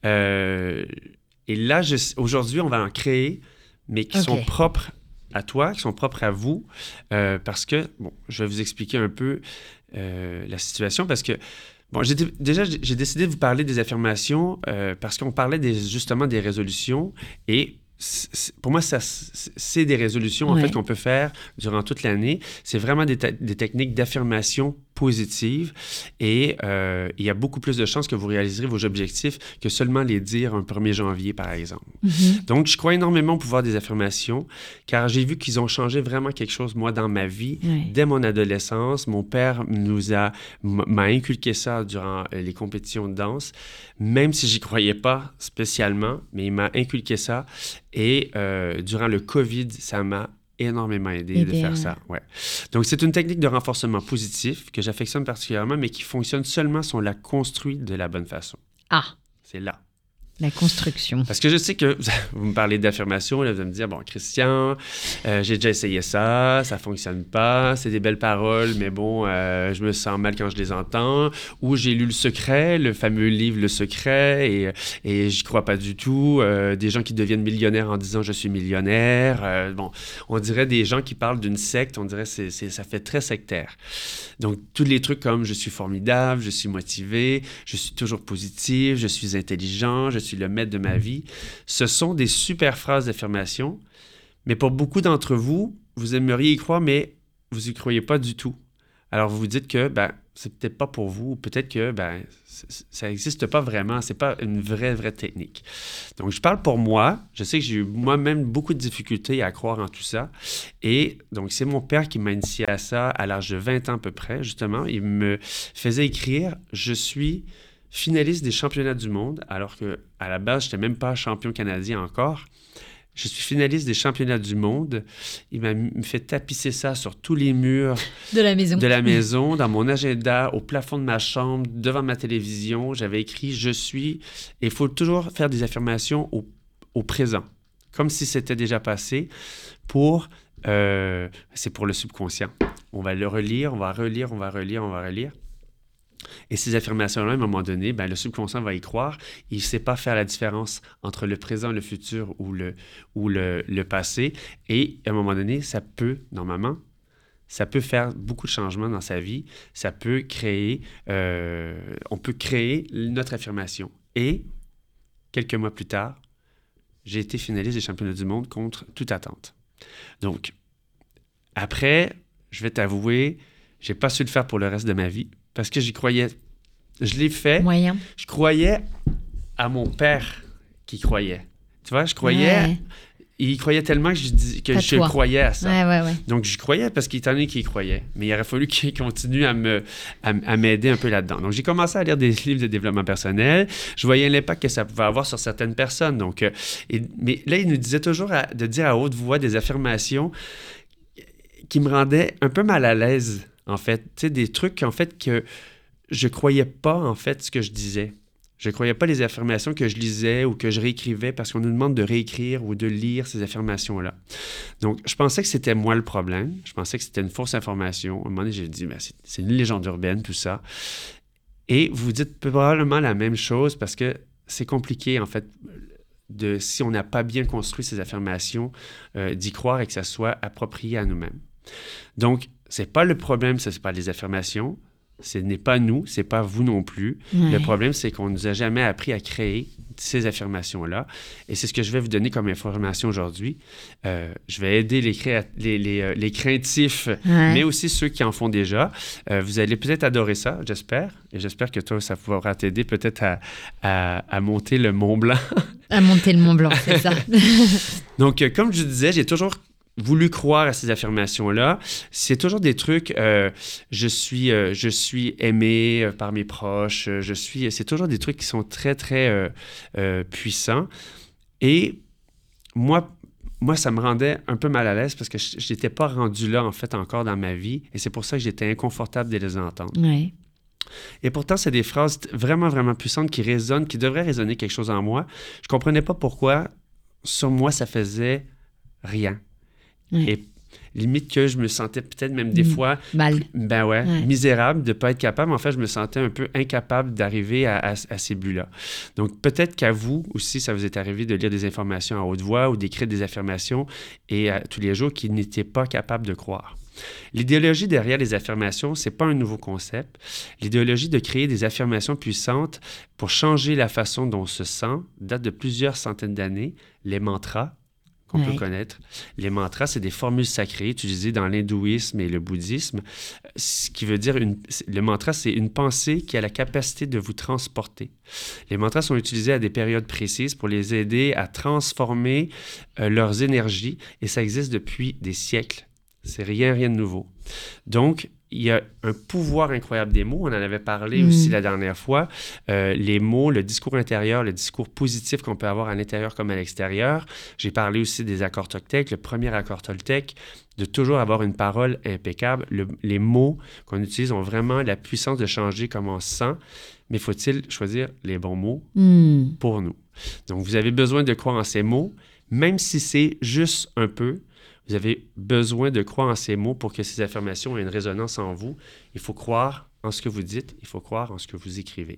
Euh, et là, je- aujourd'hui, on va en créer, mais qui Ok. sont propres à toi, qui sont propres à vous. Euh, parce que, bon, je vais vous expliquer un peu euh, la situation parce que, bon, j'ai, déjà, j'ai j'ai décidé de vous parler des affirmations euh, parce qu'on parlait des, justement des résolutions et c'est- c'est- pour moi, ça, c'est c'est des résolutions en Ouais. fait qu'on peut faire durant toute l'année. C'est vraiment des, te- des techniques d'affirmation positive et euh, il y a beaucoup plus de chances que vous réaliserez vos objectifs que seulement les dire un premier janvier, par exemple. Mhm. Donc, je crois énormément au pouvoir des affirmations car j'ai vu qu'ils ont changé vraiment quelque chose, moi, dans ma vie. Ouais. Dès mon adolescence, mon père nous a, m- m'a inculqué ça durant euh, les compétitions de danse, même si j'y croyais pas spécialement, mais il m'a inculqué ça. Et euh, durant le COVID, ça m'a énormément aidé, Aidé, de faire ouais. ça. Ouais. Donc, c'est une technique de renforcement positif que j'affectionne particulièrement, mais qui fonctionne seulement si on la construit de la bonne façon. Ah, C'est là. la construction. Parce que je sais que vous me parlez d'affirmation, là, vous allez me dire, bon, Christian, euh, j'ai déjà essayé ça, ça fonctionne pas, c'est des belles paroles, mais bon, euh, je me sens mal quand je les entends. Ou j'ai lu Le Secret, le fameux livre Le Secret, et, et j'y crois pas du tout. Euh, des gens qui deviennent millionnaires en disant je suis millionnaire. Euh, bon, on dirait des gens qui parlent d'une secte, on dirait c'est, c'est, ça fait très sectaire. Donc, tous les trucs comme je suis formidable, je suis motivé, je suis toujours positif, je suis intelligent, je suis le maître de ma vie, ce sont des super phrases d'affirmation, mais pour beaucoup d'entre vous, vous aimeriez y croire, mais vous n'y croyez pas du tout. Alors, vous vous dites que ben, c'est peut-être pas pour vous, ou peut-être que ben, c- ça n'existe pas vraiment, c'est pas une vraie, vraie technique. Donc, je parle pour moi, je sais que j'ai eu moi-même beaucoup de difficultés à croire en tout ça, et donc c'est mon père qui m'a initié à ça à l'âge de vingt ans à peu près, justement. Il me faisait écrire « Je suis finaliste des championnats du monde », alors que à la base, je n'étais même pas champion canadien encore. Je suis finaliste des championnats du monde. Il m'a m- fait tapisser ça sur tous les murs De la maison. de la maison, dans mon agenda, au plafond de ma chambre, devant ma télévision. J'avais écrit « Je suis ». Et il faut toujours faire des affirmations au, au présent, comme si c'était déjà passé, pour... euh, c'est pour le subconscient. On va le relire, on va relire, on va relire, on va relire. Et ces affirmations-là, à un moment donné, ben, le subconscient va y croire. Il ne sait pas faire la différence entre le présent, le futur ou le, ou le, le passé. Et à un moment donné, ça peut, normalement, ça peut faire beaucoup de changements dans sa vie. Ça peut créer, euh, on peut créer notre affirmation. Et quelques mois plus tard, j'ai été finaliste des championnats du monde contre toute attente. Donc, après, je vais t'avouer, j'ai pas su le faire pour le reste de ma vie parce que j'y croyais. Je l'ai fait. Moyen. Je croyais à mon père qui croyait. Tu vois, je croyais. Ouais. Il croyait tellement que je, dis, que Pas je toi. croyais à ça. Ouais, ouais, ouais. Donc, j'y croyais parce qu'il était donné qu'il y croyait. Mais il aurait fallu qu'il continue à, me, à, à m'aider un peu là-dedans. Donc, j'ai commencé à lire des livres de développement personnel. Je voyais l'impact que ça pouvait avoir sur certaines personnes. Donc, euh, et, mais là, il nous disait toujours à- de dire à haute voix des affirmations qui me rendaient un peu mal à l'aise, en fait. Tu sais, des trucs, en fait, que je croyais pas, en fait, ce que je disais. Je ne croyais pas les affirmations que je lisais ou que je réécrivais parce qu'on nous demande de réécrire ou de lire ces affirmations-là. Donc, je pensais que c'était moi le problème. Je pensais que c'était une fausse information. À un moment donné, j'ai dit, ben, c'est, c'est une légende urbaine, tout ça. Et vous dites probablement la même chose parce que c'est compliqué, en fait, de, si on n'a pas bien construit ces affirmations, euh, d'y croire et que ça soit approprié à nous-mêmes. Donc, c'est pas le problème, ce n'est pas les affirmations. Ce n'est pas nous, c'est pas vous non plus. Ouais. Le problème, c'est qu'on ne nous a jamais appris à créer ces affirmations-là. Et c'est ce que je vais vous donner comme information aujourd'hui. Euh, je vais aider les, créa- les, les, euh, les craintifs, Ouais. mais aussi ceux qui en font déjà. Euh, vous allez peut-être adorer ça, j'espère. Et j'espère que toi, ça pourra t'aider peut-être à, à, à monter le Mont Blanc. À monter le Mont Blanc, c'est ça. Donc, euh, comme je disais, j'ai toujours voulu croire à ces affirmations-là. C'est toujours des trucs, euh, je suis, euh, je suis aimé euh, par mes proches, euh, je suis, c'est toujours des trucs qui sont très, très euh, euh, puissants. Et moi, moi, ça me rendait un peu mal à l'aise parce que je n'étais pas rendu là, en fait, encore dans ma vie. Et c'est pour ça que j'étais inconfortable de les entendre. Ouais. Et pourtant, c'est des phrases vraiment, vraiment puissantes qui résonnent, qui devraient résonner quelque chose en moi. Je ne comprenais pas pourquoi, sur moi, ça faisait rien. Ouais. Et limite que je me sentais peut-être même des Mmh. fois, Mal. ben ouais, Ouais. misérable de ne pas être capable. En fait, je me sentais un peu incapable d'arriver à, à, à ces buts-là. Donc, peut-être qu'à vous aussi, ça vous est arrivé de lire des informations à haute voix ou d'écrire des affirmations et à, tous les jours qui n'étaient pas capables de croire. L'idéologie derrière les affirmations, ce n'est pas un nouveau concept. L'idéologie de créer des affirmations puissantes pour changer la façon dont on se sent date de plusieurs centaines d'années. Les mantras, qu'on Ouais. peut connaître. Les mantras, c'est des formules sacrées utilisées dans l'hindouisme et le bouddhisme, ce qui veut dire, une, le mantra, c'est une pensée qui a la capacité de vous transporter. Les mantras sont utilisés à des périodes précises pour les aider à transformer euh, leurs énergies et ça existe depuis des siècles. C'est rien, rien de nouveau. Donc, il y a un pouvoir incroyable des mots. On en avait parlé Mmh. aussi la dernière fois. Euh, les mots, le discours intérieur, le discours positif qu'on peut avoir à l'intérieur comme à l'extérieur. J'ai parlé aussi des accords Toltec. Le premier accord Toltec, de toujours avoir une parole impeccable. Le- les mots qu'on utilise ont vraiment la puissance de changer comment on se sent. Mais faut-il choisir les bons mots Mmh. pour nous? Donc, vous avez besoin de croire en ces mots, même si c'est juste un peu. Vous avez besoin de croire en ces mots pour que ces affirmations aient une résonance en vous. Il faut croire en ce que vous dites, il faut croire en ce que vous écrivez.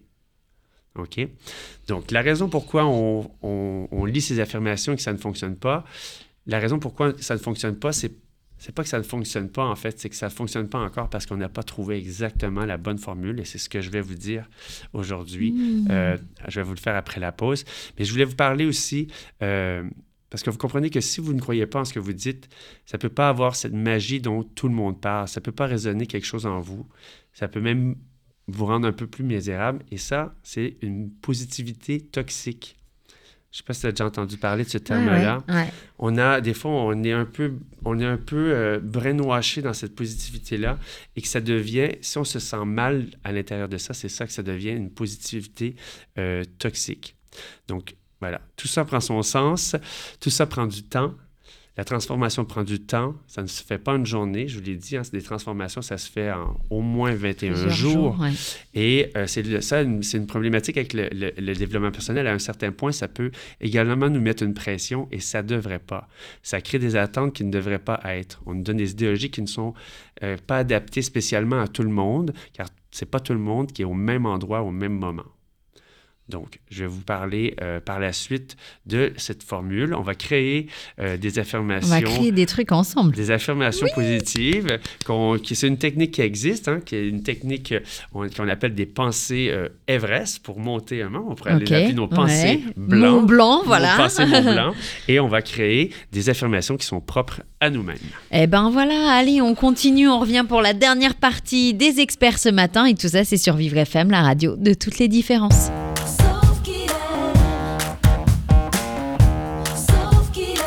OK? Donc, la raison pourquoi on, on- on lit ces affirmations et que ça ne fonctionne pas, la raison pourquoi ça ne fonctionne pas, c'est, c'est pas que ça ne fonctionne pas, en fait, c'est que ça ne fonctionne pas encore parce qu'on n'a pas trouvé exactement la bonne formule et c'est ce que je vais vous dire aujourd'hui. Mmh. Euh, je vais vous le faire après la pause. Mais je voulais vous parler aussi... euh, Parce que vous comprenez que si vous ne croyez pas en ce que vous dites, ça ne peut pas avoir cette magie dont tout le monde parle. Ça ne peut pas résonner quelque chose en vous. Ça peut même vous rendre un peu plus misérable. Et ça, c'est une positivité toxique. Je ne sais pas si tu as déjà entendu parler de ce terme-là. Ouais, ouais. On a, des fois, on est un peu, on est un peu euh, brainwashé dans cette positivité-là et que ça devient, si on se sent mal à l'intérieur de ça, c'est ça que ça devient une positivité euh, toxique. Donc, voilà, tout ça prend son sens, tout ça prend du temps. La transformation prend du temps, ça ne se fait pas une journée, je vous l'ai dit, hein, c'est des transformations, ça se fait en au moins vingt et un Plusieurs jours. ouais. Et euh, c'est le- ça, une- c'est une problématique avec le, le- le développement personnel. À un certain point, ça peut également nous mettre une pression et ça ne devrait pas. Ça crée des attentes qui ne devraient pas être. On nous donne des idéologies qui ne sont euh, pas adaptées spécialement à tout le monde, car ce n'est pas tout le monde qui est au même endroit au même moment. Donc, je vais vous parler euh, par la suite de cette formule. On va créer euh, des On affirmations. va créer des trucs ensemble. Des affirmations positives. Qu'on, qui, c'est une technique qui existe, hein, qui est une technique euh, on- qu'on appelle des pensées euh, Everest pour monter un mont. On pourrait Ok, les appeler nos pensées ouais. blancs. Mont Blanc, Nos voilà. pensées Mont Blanc. Et on va créer des affirmations qui sont propres à nous-mêmes. Eh ben voilà, allez, on continue, on revient pour la dernière partie des experts ce matin. Et tout ça, c'est sur Vivre F M, la radio de toutes les différences. Sauf qu'il aime, sauf qu'il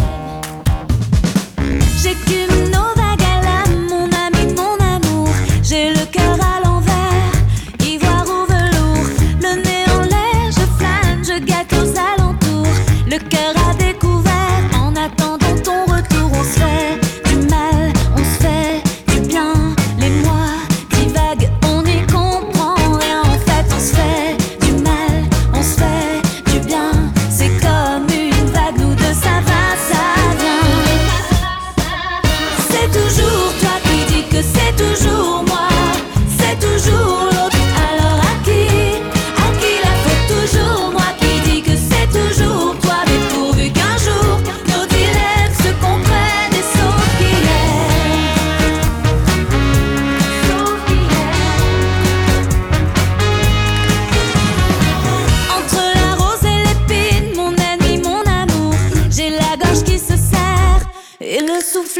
aime. J'écume nos vagues à l'âme, mon ami, mon amour. J'ai le cœur à l'envers, ivoire ou velours. Le nez en l'air, je flâne, je gâte aux alentours. Le cœur à découvert, en attendant ton retour. On se fait du mal, on se fait du bien. Les mois divaguent, on n'y comprend rien. En fait, on se fait du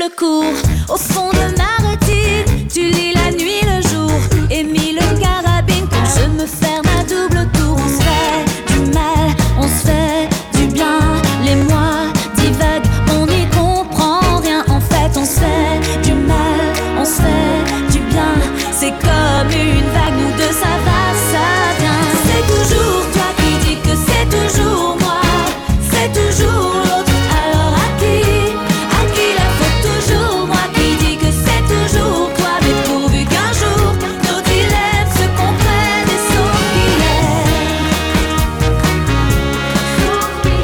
le cours. Au fond de ma rétine, tu lis la nuit le jour. Et mis le carabine quand je me ferme à double tour. On se fait du mal, on se fait du bien. Les mois divaguent, on n'y comprend rien. En fait, on se fait du mal, on se fait du bien. C'est comme une vague, nous deux, ça va, ça vient. C'est toujours toi qui dis que c'est toujours moi. C'est toujours l'autre, alors à qui, à qui la faute? Toujours moi qui dis que c'est toujours toi. Mais pourvu qu'un jour nos dilemmes se comprennent. Et sauf qu'il est, sauf qu'il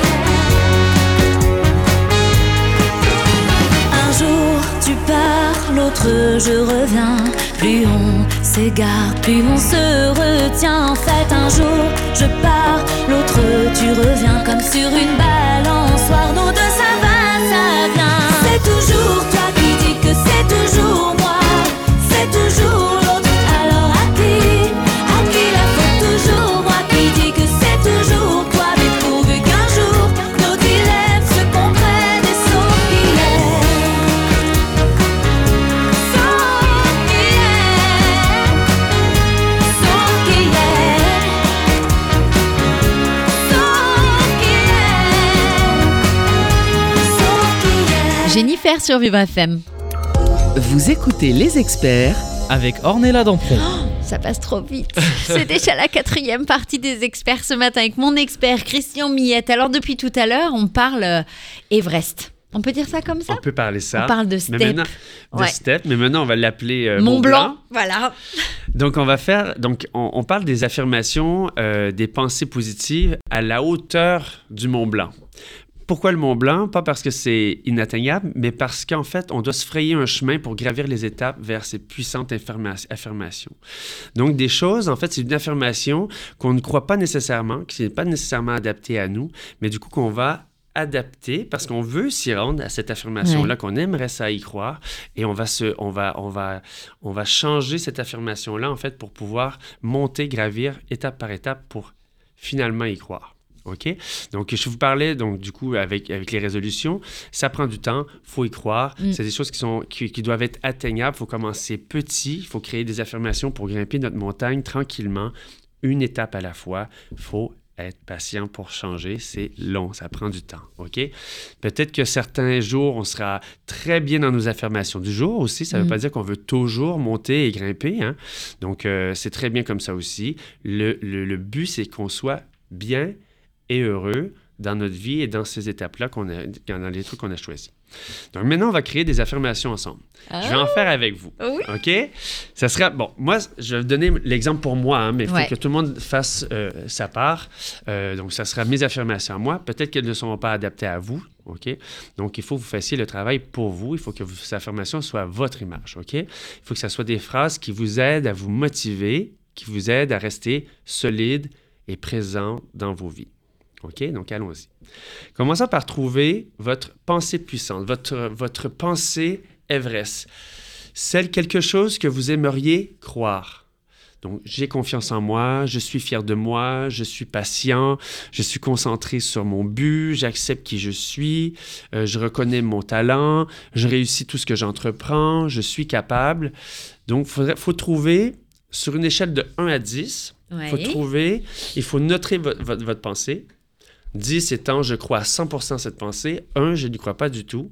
est. Un jour tu pars, l'autre je reviens. Plus on s'égare, plus on se retient. En fait, un jour je pars, l'autre tu reviens. Comme sur une balançoire, nous deux ça va, ça vient. C'est toujours toi qui dis que c'est toujours moi. C'est toujours l'autre, alors à qui, à qui la faute? Toujours moi qui dis que c'est toujours toi. Mais pourvu qu'un jour nos dilemmes se comprennent. Et sauf qu'il est, sauf qu'il est, sauf qu'il est, sauf qu'il est, sauf qu'il est. Jennifer sur Vivre F M. Vous écoutez Les Experts Avec Ornella Dampron. Ça passe trop vite. C'est déjà la quatrième partie des experts ce matin avec mon expert Christian Millette. Alors depuis tout à l'heure, on parle euh, Everest. On peut dire ça comme ça? On peut parler ça. On parle de Mais step. maintenant, de Ouais. step, mais maintenant on va l'appeler euh, Mont Mont Blanc. Blanc. Voilà. Donc on va faire, donc on, on parle des affirmations, euh, des pensées positives à la hauteur du Mont Blanc. Pourquoi le Mont Blanc? Pas parce que c'est inatteignable, mais parce qu'en fait, on doit se frayer un chemin pour gravir les étapes vers ces puissantes affirma- affirmations. Donc, des choses, en fait, c'est une affirmation qu'on ne croit pas nécessairement, qui n'est pas nécessairement adaptée à nous, mais du coup, qu'on va adapter parce qu'on veut s'y rendre à cette affirmation-là, Ouais. qu'on aimerait ça y croire, et on va, se, on va, on va, on va changer cette affirmation-là, en fait, pour pouvoir monter, gravir étape par étape pour finalement y croire. OK? Donc, je vous parlais, donc, du coup, avec, avec les résolutions, ça prend du temps, il faut y croire. Mm. C'est des choses qui, sont, qui, qui doivent être atteignables. Il faut commencer petit, il faut créer des affirmations pour grimper notre montagne tranquillement, une étape à la fois. Il faut être patient pour changer. C'est long, ça prend du temps. OK? Peut-être que certains jours, on sera très bien dans nos affirmations du jour aussi. Ça ne veut Mm. pas dire qu'on veut toujours monter et grimper. Hein? Donc, euh, c'est très bien comme ça aussi. Le, le, le but, c'est qu'on soit bien et heureux dans notre vie et dans ces étapes-là, qu'on a, dans les trucs qu'on a choisis. Donc maintenant, on va créer des affirmations ensemble. Ah. Je vais en faire avec vous. Oui. OK? Ça sera... Bon, moi, je vais vous donner l'exemple pour moi, hein, mais il faut Ouais. que tout le monde fasse euh, sa part. Euh, donc, ça sera mes affirmations à moi. Peut-être qu'elles ne seront pas adaptées à vous. OK? Donc, il faut que vous fassiez le travail pour vous. Il faut que vos affirmations soient à votre image. OK? Il faut que ça soit des phrases qui vous aident à vous motiver, qui vous aident à rester solide et présent dans vos vies. OK? Donc, allons-y. Commençons par trouver votre pensée puissante, votre, votre pensée Everest. Celle, quelque chose que vous aimeriez croire. Donc, j'ai confiance en moi, je suis fier de moi, je suis patient, je suis concentré sur mon but, j'accepte qui je suis, euh, je reconnais mon talent, je réussis tout ce que j'entreprends, je suis capable. Donc, il faut trouver, sur une échelle de un à dix, il Ouais. faut trouver, il faut noter vo- vo- votre pensée. dix étant, je crois à cent pour cent à cette pensée. un, je n'y crois pas du tout.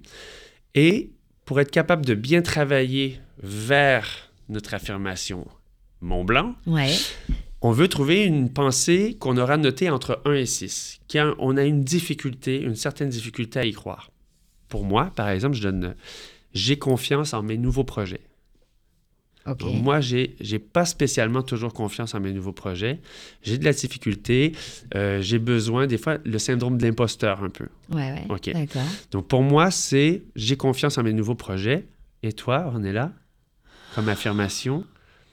Et pour être capable de bien travailler vers notre affirmation Mont Blanc, Ouais. on veut trouver une pensée qu'on aura notée entre un et six, quand on a une difficulté, une certaine difficulté à y croire. Pour moi, par exemple, je donne « J'ai confiance en mes nouveaux projets ». OK. Donc, moi, j'ai j'ai pas spécialement toujours confiance en mes nouveaux projets. J'ai de la difficulté. Euh, j'ai besoin, des fois, le syndrome de l'imposteur un peu. Ouais, ouais. OK. D'accord. Donc, pour moi, c'est j'ai confiance en mes nouveaux projets. Et toi, on est là, comme affirmation.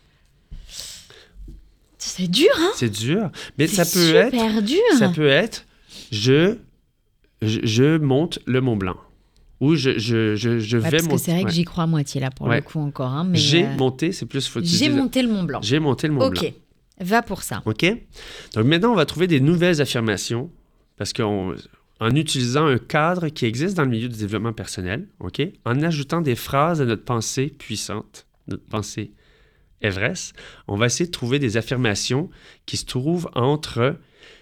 C'est dur, hein? C'est dur, mais ça C'est peut être, super dur. ça peut être, je, je, je monte le Mont Blanc. Ou je, je, je, je Ouais, vais parce que monter. c'est vrai que ouais. j'y crois à moitié là pour Ouais. le coup encore. Hein, mais J'ai euh, monté, c'est plus... Faut j'ai dire- monté le Mont Blanc. J'ai monté le Mont Blanc. Ok, va pour ça. OK? Donc maintenant, on va trouver des nouvelles affirmations parce qu'on en utilisant un cadre qui existe dans le milieu du développement personnel, OK? En ajoutant des phrases à notre pensée puissante, notre pensée Everest, on va essayer de trouver des affirmations qui se trouvent entre,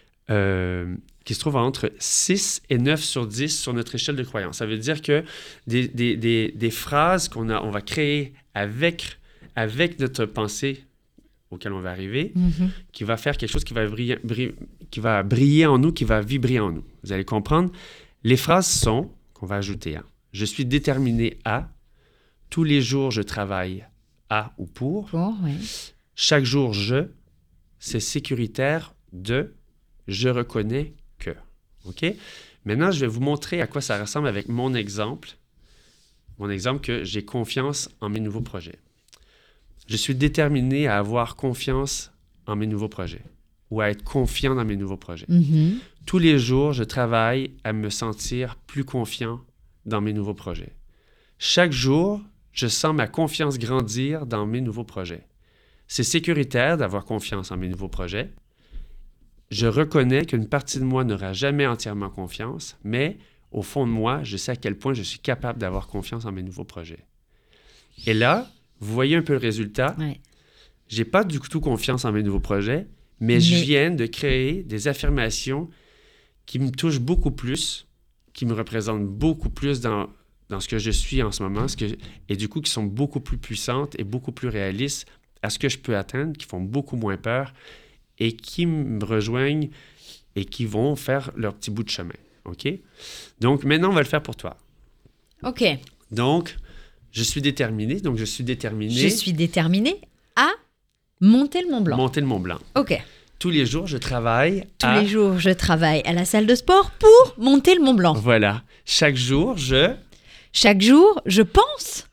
euh, qui se trouvent entre six et neuf sur dix sur notre échelle de croyance. Ça veut dire que des, des, des, des phrases qu'on a, on va créer avec, avec notre pensée auquel on va arriver, Mhm. qui va faire quelque chose qui va briller, briller- qui va briller en nous, qui va vibrer en nous. Vous allez comprendre. Les phrases sont, qu'on va ajouter, hein, je suis déterminé à, tous les jours je travaille à ou pour, Pour, ouais. chaque jour je, c'est sécuritaire de, je reconnais que. OK? Maintenant, je vais vous montrer à quoi ça ressemble avec mon exemple. Mon exemple que j'ai confiance en mes nouveaux projets. Je suis déterminé à avoir confiance en mes nouveaux projets ou à être confiant dans mes nouveaux projets. Mhm. Tous les jours, je travaille à me sentir plus confiant dans mes nouveaux projets. Chaque jour, je sens ma confiance grandir dans mes nouveaux projets. C'est sécuritaire d'avoir confiance en mes nouveaux projets. Je reconnais qu'une partie de moi n'aura jamais entièrement confiance, mais au fond de moi, je sais à quel point je suis capable d'avoir confiance en mes nouveaux projets. Et là, vous voyez un peu le résultat. Ouais. J'ai pas du tout confiance en mes nouveaux projets, mais, Mais- je viens de créer des affirmations qui me touchent beaucoup plus, qui me représentent beaucoup plus dans, dans ce que je suis en ce moment, ce que, et du coup qui sont beaucoup plus puissantes et beaucoup plus réalistes à ce que je peux atteindre, qui font beaucoup moins peur et qui me rejoignent et qui vont faire leur petit bout de chemin. OK? Donc, maintenant, on va le faire pour toi. OK. Donc, je suis déterminé. Donc, je suis déterminé. Je suis déterminée à monter le Mont Blanc. Monter le Mont Blanc. OK. Tous les jours, je travaille Tous à... les jours, je travaille à la salle de sport pour monter le Mont Blanc. Voilà. Chaque jour, je... Chaque jour, je pense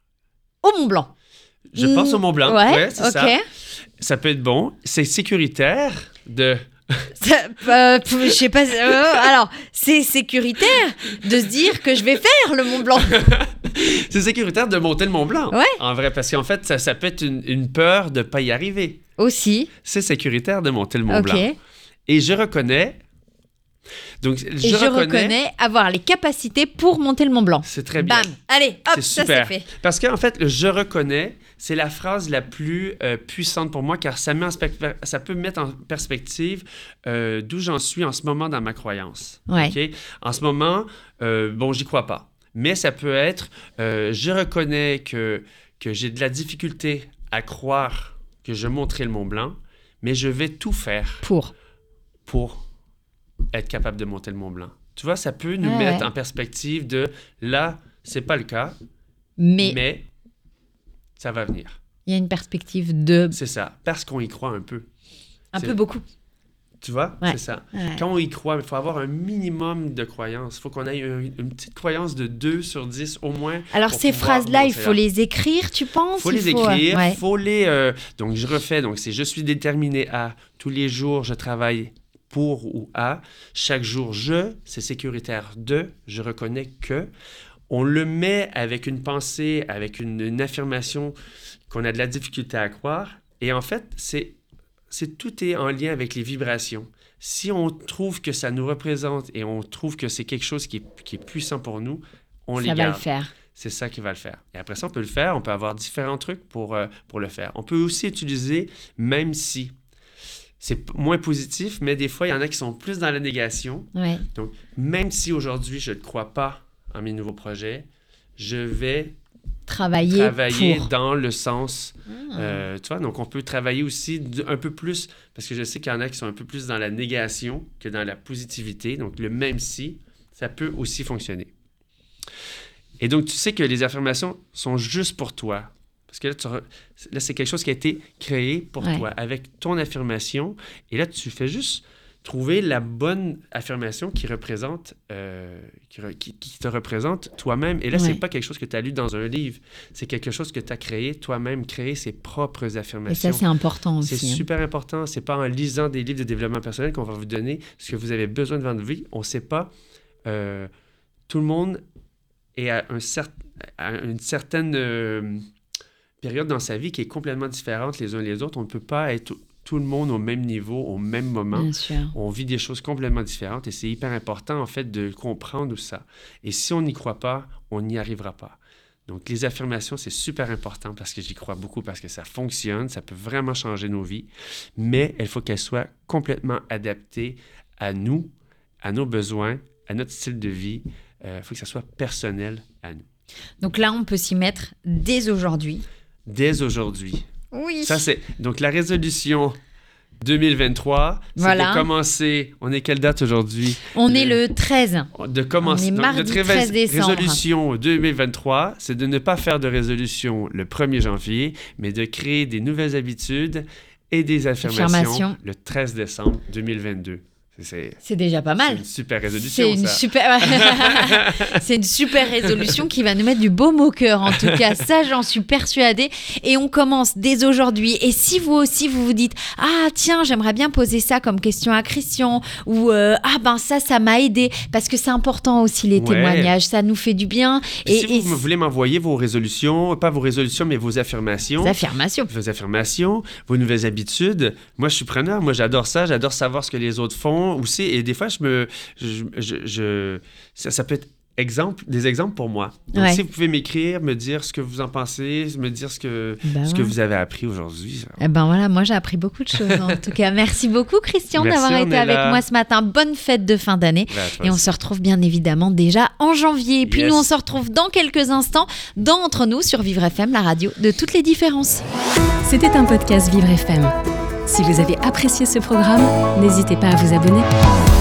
au Mont Blanc. Je pense au Mont Blanc. Ouais, c'est OK. ça. Ça peut être bon. C'est sécuritaire de... Ça, euh, pff, je sais pas. euh, alors, c'est sécuritaire de se dire que je vais faire le Mont Blanc. C'est sécuritaire de monter le Mont Blanc. Ouais. En vrai, parce qu'en fait, ça, ça peut être une, une peur de ne pas y arriver. Aussi. C'est sécuritaire de monter le Mont OK. Blanc. Et je reconnais... Donc, je, Et je reconnais... reconnais avoir les capacités pour monter le Mont Blanc. C'est très bien. Bam. Allez, hop, C'est ça super. c'est fait. Parce qu'en fait, le « je reconnais », c'est la phrase la plus euh, puissante pour moi, car ça, met en spec- ça peut mettre en perspective euh, d'où j'en suis en ce moment dans ma croyance. Ouais. OK? En ce moment, euh, bon, j'y crois pas. Mais ça peut être euh, je reconnais que, que j'ai de la difficulté à croire que je monterai le Mont Blanc, mais je vais tout faire Pour. pour être capable de monter le Mont Blanc. Tu vois, ça peut nous Ouais, mettre ouais. en perspective de là, c'est pas le cas, Mais mais ça va venir. il y a une perspective de C'est ça, parce qu'on y croit un peu. un C'est- peu beaucoup. Tu vois, Ouais. c'est ça. Ouais. Quand on y croit, il faut avoir un minimum de croyance. Il faut qu'on ait une, une petite croyance de deux sur dix au moins. Alors pour ces pouvoir phrases-là, il monter faut là. les écrire, tu penses? Il faut Il les écrire, ouais. faut les... euh, donc, je refais. Donc, c'est « Je suis déterminé à... Tous les jours, je travaille pour ou à. Chaque jour, je... C'est sécuritaire de... Je reconnais que... » On le met avec une pensée, avec une, une affirmation qu'on a de la difficulté à croire. Et en fait, c'est, c'est tout est en lien avec les vibrations. Si on trouve que ça nous représente et on trouve que c'est quelque chose qui est, qui est puissant pour nous, on les Ça va garde. le faire. C'est ça qui va le faire. Et après ça, on peut le faire. On peut avoir différents trucs pour, euh, pour le faire. On peut aussi utiliser même si. C'est p- moins positif, mais des fois, il y en a qui sont plus dans la négation. Ouais. Donc, même si aujourd'hui, je ne crois pas en mes nouveaux projets, je vais Travailler, travailler pour. dans le sens... Ah. euh, tu vois, donc on peut travailler aussi d- un peu plus, parce que je sais qu'il y en a qui sont un peu plus dans la négation que dans la positivité. Donc, le même si, ça peut aussi fonctionner. Et donc, tu sais que les affirmations sont juste pour toi. Parce que là, tu re- là, c'est quelque chose qui a été créé pour Ouais. toi, avec ton affirmation. Et là, tu fais juste trouver la bonne affirmation qui représente, euh, qui, re- qui- qui te représente toi-même. Et là, Ouais. c'est pas quelque chose que tu as lu dans un livre. C'est quelque chose que tu as créé toi-même, créer ses propres Et affirmations. ça, c'est important C'est aussi. hein. super important. C'est pas en lisant des livres de développement personnel qu'on va vous donner ce que vous avez besoin de votre vie. On sait pas. Euh, tout le monde est à, un cer- à une certaine euh, période dans sa vie qui est complètement différente les uns les autres. On ne peut pas être tout le monde au même niveau, au même moment. Bien sûr. On vit des choses complètement différentes et c'est hyper important, en fait, de comprendre ça. Et si on n'y croit pas, on n'y arrivera pas. Donc, les affirmations, c'est super important parce que j'y crois beaucoup, parce que ça fonctionne, ça peut vraiment changer nos vies, mais il faut qu'elles soient complètement adaptées à nous, à nos besoins, à notre style de vie. Il euh, faut que ça soit personnel à nous. Donc là, on peut s'y mettre dès aujourd'hui. Dès aujourd'hui. Oui. Ça, c'est... Donc, la résolution deux mille vingt-trois, c'est voilà. de commencer... On est quelle date aujourd'hui? On le... est le treize. De commencer... On est mardi Donc, notre treize décembre. Résolution deux mille vingt-trois, c'est de ne pas faire de résolution le premier janvier, mais de créer des nouvelles habitudes et des affirmations, affirmations. le treize décembre deux mille vingt-deux. C'est, c'est déjà pas mal. C'est une super résolution, c'est une ça. Super... c'est une super résolution qui va nous mettre du baume au cœur. En tout cas, ça, j'en suis persuadée. Et on commence dès aujourd'hui. Et si vous aussi, vous vous dites « Ah, tiens, j'aimerais bien poser ça comme question à Christian » ou euh, « Ah, ben ça, ça m'a aidé. » Parce que c'est important aussi, les ouais. témoignages. Ça nous fait du bien. Et, si et vous et... voulez m'envoyer vos résolutions, pas vos résolutions, mais vos affirmations. Vos affirmations. Vos affirmations, vos nouvelles habitudes. Moi, je suis preneur. Moi, j'adore ça. J'adore savoir ce que les autres font aussi, et des fois je me je, je, je ça, ça peut être exemple des exemples pour moi. Donc ouais. si vous pouvez m'écrire, me dire ce que vous en pensez, me dire ce que ben ce ouais. que vous avez appris aujourd'hui. Ça... Eh ben voilà, moi j'ai appris beaucoup de choses en tout cas. Merci beaucoup Christian Merci, d'avoir été avec là. moi ce matin. Bonne fête de fin d'année. Ben, et on se retrouve bien évidemment déjà en janvier. Et puis yes. nous on se retrouve dans quelques instants dans Entre nous sur Vivre F M, la radio de toutes les différences. C'était un podcast Vivre F M. Si vous avez apprécié ce programme, n'hésitez pas à vous abonner.